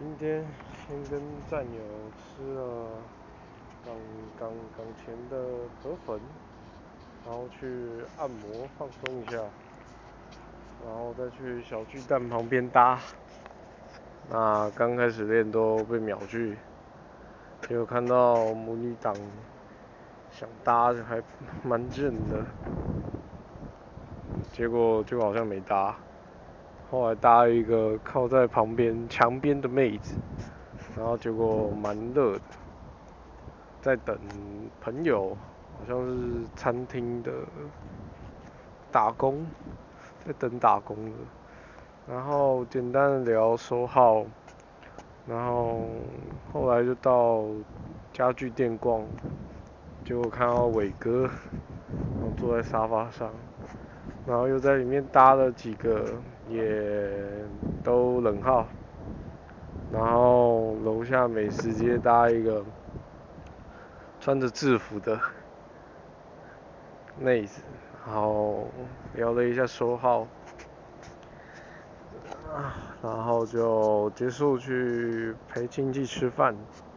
今天先跟战友吃了港前的河粉，然后去按摩放松一下，然后再去小巨蛋旁边搭。那刚开始练都被秒去，结果看到母女档想搭还蛮正的，结果就好像没搭。后来搭一个靠在旁边墙边的妹子，然后结果蛮热的，在等朋友，好像是餐厅的打工，在等打工的，然后简单的聊收号，然后后来就到家具店逛，结果看到伟哥，然后坐在沙发上，然后又在里面搭了几个，也都冷号，然后楼下美食街搭一个穿着制服的妹子，然后聊了一下收号，然后就结束去陪亲戚吃饭。